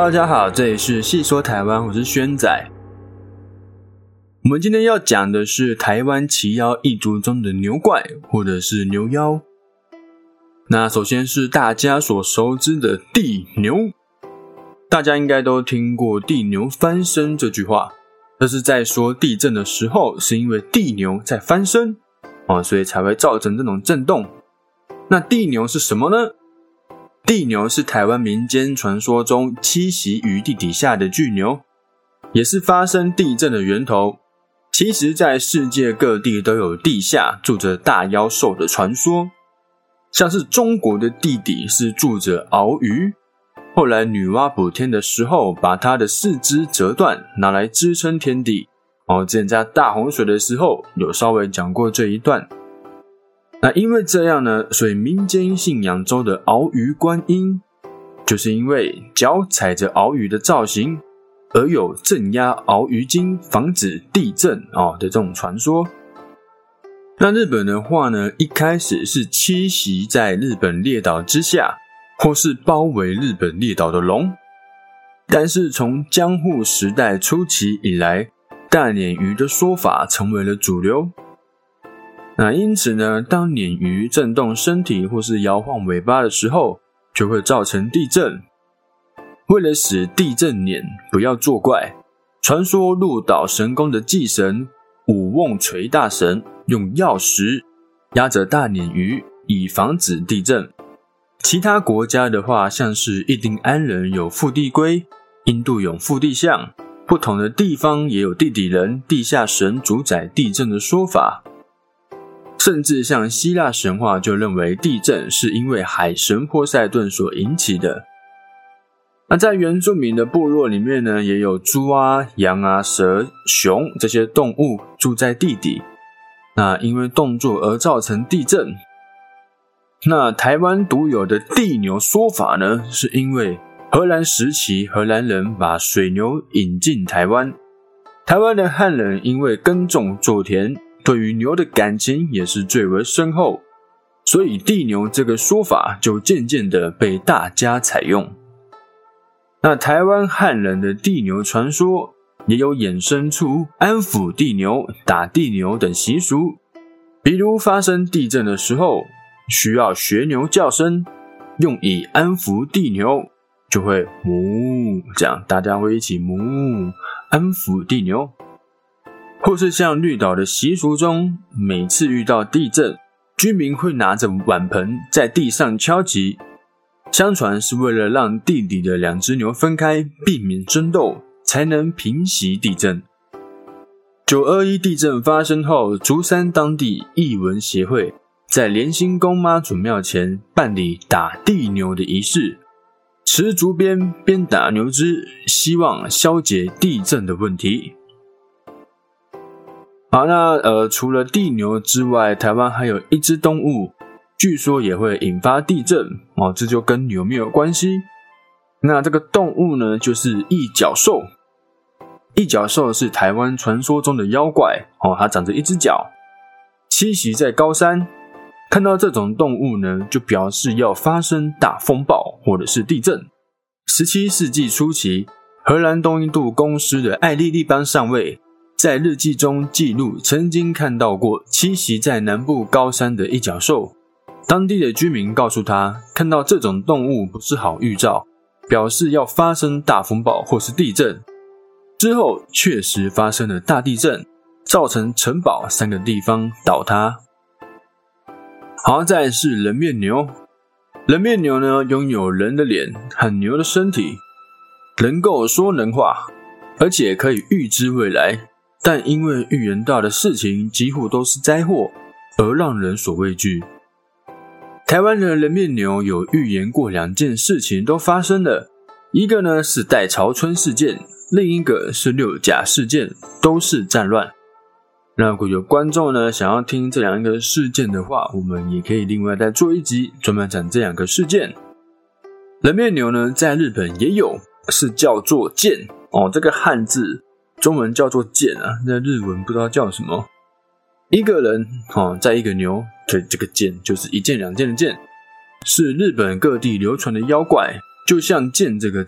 大家好，这里是细说台湾，我是轩仔。我们今天要讲的是台湾奇妖异族中的牛怪或者是牛妖。那首先是大家所熟知的地牛，大家应该都听过地牛翻身这句话，这是在说地震的时候是因为地牛在翻身所以才会造成这种震动。那地牛是什么呢？地牛是台湾民间传说中栖息于地底下的巨牛，也是发生地震的源头。其实在世界各地都有地下住着大妖兽的传说，像是中国的地底是住着鳌鱼，后来女娲补天的时候把她的四肢折断拿来支撑天地。之前在大洪水的时候有稍微讲过这一段。那因为这样呢，所以民间信仰中的鳌鱼观音，就是因为脚踩着鳌鱼的造型，而有镇压鳌鱼精防止地震的这种传说。那日本的话呢，一开始是栖息在日本列岛之下，或是包围日本列岛的龙。但是从江户时代初期以来，大鲶鱼的说法成为了主流。那因此呢，当鲶鱼震动身体或是摇晃尾巴的时候，就会造成地震。为了使地震鲶不要作怪，传说鹿岛神宫的祭神武瓮垂大神用药石压着大鲶鱼，以防止地震。其他国家的话，像是印第安人有腹地龟，印度有腹地象，不同的地方也有地底人、地下神主宰地震的说法。甚至像希腊神话就认为地震是因为海神波塞顿所引起的。那在原住民的部落里面呢，也有猪啊、羊啊、蛇、熊这些动物住在地底，那因为动作而造成地震。那台湾独有的地牛说法呢，是因为荷兰时期荷兰人把水牛引进台湾，台湾的汉人因为耕种做田，对于牛的感情也是最为深厚，所以地牛这个说法就渐渐的被大家采用。那台湾汉人的地牛传说也有衍生出安抚地牛、打地牛等习俗，比如发生地震的时候需要学牛叫声，用以安抚地牛，就会哞，这样大家会一起哞安抚地牛。或是像绿岛的习俗中，每次遇到地震，居民会拿着碗盆在地上敲击，相传是为了让地底的两只牛分开，避免争斗，才能平息地震。921地震发生后，竹山当地艺文协会在莲心宫妈祖庙前办理打地牛的仪式，持竹鞭鞭打牛只，希望消解地震的问题。好，那除了地牛之外，台湾还有一只动物，据说也会引发地震这就跟牛没有关系。那这个动物呢，就是异角兽。异角兽是台湾传说中的妖怪它长着一只脚，栖息在高山。看到这种动物呢，就表示要发生大风暴或者是地震。17世纪初期，荷兰东印度公司的艾利利邦上尉在日记中记录曾经看到过栖息在南部高山的异角兽，当地的居民告诉他，看到这种动物不是好预兆，表示要发生大风暴或是地震。之后确实发生了大地震，造成城堡3个地方倒塌。好，再来是人面牛。人面牛呢，拥有人的脸和牛的身体，能够说人话，而且可以预知未来。但因为预言到的事情几乎都是灾祸，而让人所畏惧。台湾的人面牛有预言过2件事情都发生了，一个呢是代潮春事件，另一个是六甲事件，都是战乱。那如果有观众呢想要听这2个事件的话，我们也可以另外再做一集专门讲这2个事件。人面牛呢在日本也有，是叫做剑这个汉字中文叫做剑在日文不知道叫什么。一个人在一个牛，对，这个剑就是一剑2剑的剑，是日本各地流传的妖怪，就像剑这个字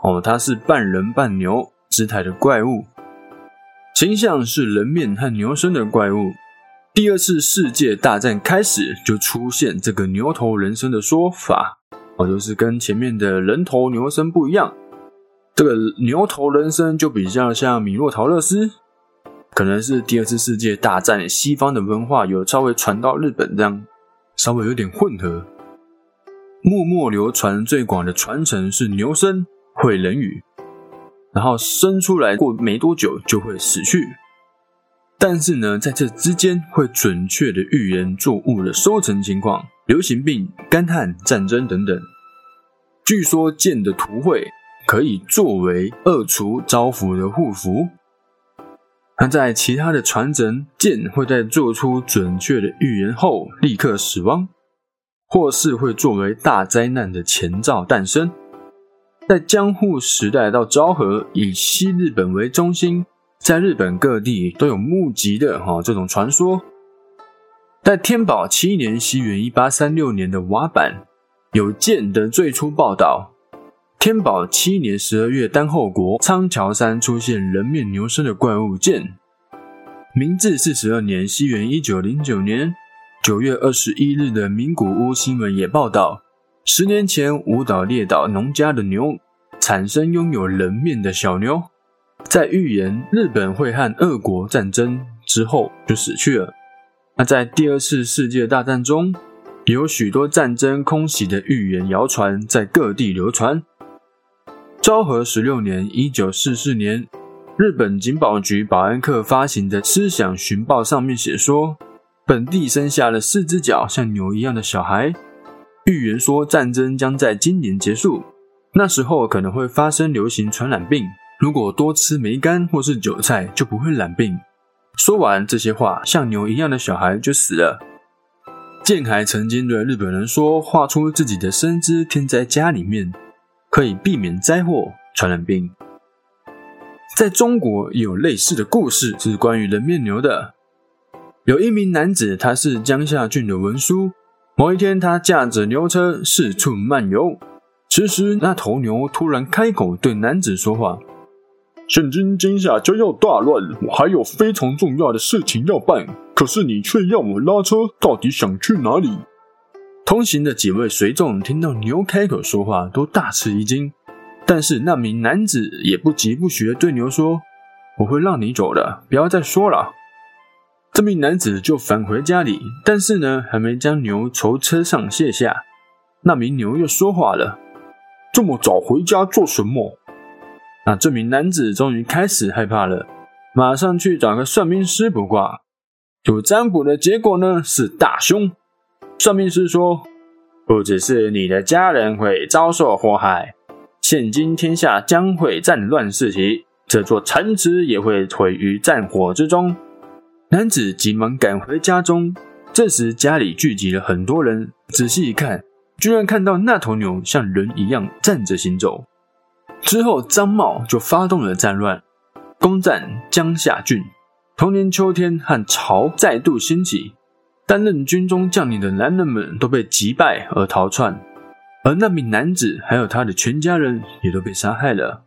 它是半人半牛姿态的怪物，形象是人面和牛身的怪物。第二次世界大战开始就出现这个牛头人身的说法，就是跟前面的人头牛身不一样。这个牛头人身就比较像米诺陶勒斯，可能是第二次世界大战西方的文化有稍微传到日本，这样稍微有点混合。默默流传最广的传承是牛身会人语，然后生出来过没多久就会死去。但是呢，在这之间会准确的预言作物的收成情况、流行病、干旱、战争等等。据说剑的图绘可以作为恶除招福的护符。那在其他的传承，剑会在做出准确的预言后立刻死亡，或是会作为大灾难的前兆诞生。在江户时代到昭和，以西日本为中心，在日本各地都有目击的这种传说。在天宝7年西元1836年的瓦版有剑的最初报道。天宝7年12月丹后国仓桥山出现人面牛身的怪物剑。明治42年西元1909年9月21日的名古屋新闻也报道，10年前武岛列岛农家的牛产生拥有人面的小牛，在预言日本会和俄国战争之后就死去了。那在第二次世界大战中，有许多战争空袭的预言谣传在各地流传。昭和16年1944年，日本警保局保安课发行的思想寻报上面写说，本地生下了4只脚像牛一样的小孩，预言说战争将在今年结束，那时候可能会发生流行传染病，如果多吃梅干或是韭菜就不会染病。说完这些话，像牛一样的小孩就死了。剑还曾经对日本人说，画出自己的身姿添在家里面，可以避免灾祸、传染病。在中国也有类似的故事，是关于人面牛的。有一名男子，他是江夏郡的文书。某一天，他驾着牛车四处漫游，此时那头牛突然开口对男子说话：现今今夏将要大乱，我还有非常重要的事情要办，可是你却要我拉车，到底想去哪里？同行的几位随众听到牛开口说话都大吃一惊，但是那名男子也不疾不徐地对牛说：我会让你走的，不要再说了。这名男子就返回家里，但是呢，还没将牛从车上卸下，那名牛又说话了：这么早回家做什么？那这名男子终于开始害怕了，马上去找个算命师卜卦。有占卜的结果呢是大凶。算命师说，不只是你的家人会遭受祸害，现今天下将会战乱四起，这座城池也会毁于战火之中。男子急忙赶回家中，这时家里聚集了很多人，仔细一看，居然看到那头牛像人一样站着行走。之后张茂就发动了战乱，攻占江夏郡。同年秋天，汉朝再度兴起，担任军中将领的男人们都被击败而逃窜，而那名男子还有他的全家人也都被杀害了。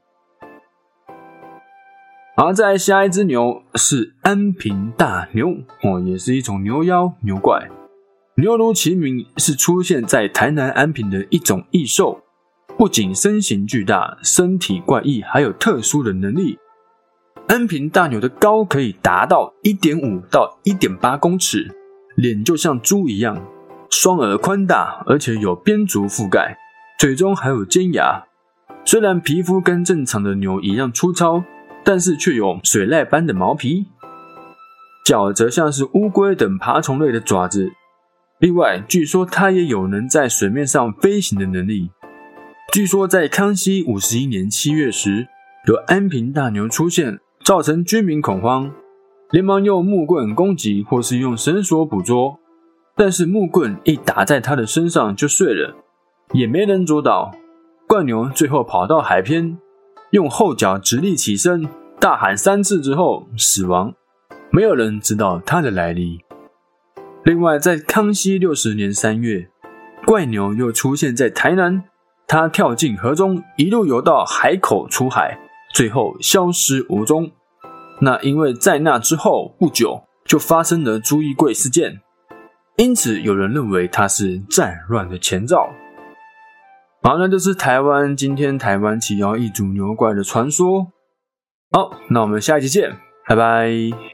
而再下一只牛是安平大牛，也是一种牛妖牛怪。牛如其名，是出现在台南安平的一种异兽，不仅身形巨大，身体怪异，还有特殊的能力。安平大牛的高可以达到 1.5 到 1.8 公尺，脸就像猪一样，双耳宽大，而且有边足覆盖，嘴中还有尖牙。虽然皮肤跟正常的牛一样粗糙，但是却有水濑般的毛皮，脚则像是乌龟等爬虫类的爪子。另外，据说它也有能在水面上飞行的能力。据说在康熙51年7月时，有安平大牛出现，造成居民恐慌，连忙用木棍攻击或是用绳索捕捉，但是木棍一打在它的身上就碎了，也没人捉到。怪牛最后跑到海边，用后脚直立起身，大喊3次之后死亡，没有人知道它的来历。另外，在康熙60年3月，怪牛又出现在台南， 他跳进河中，一路游到海口出海，最后消失无踪。那因为在那之后不久就发生了朱一贵事件，因此有人认为他是战乱的前兆。好，那就是今天台湾奇妖异族牛怪的传说。好，那我们下一集见，拜拜。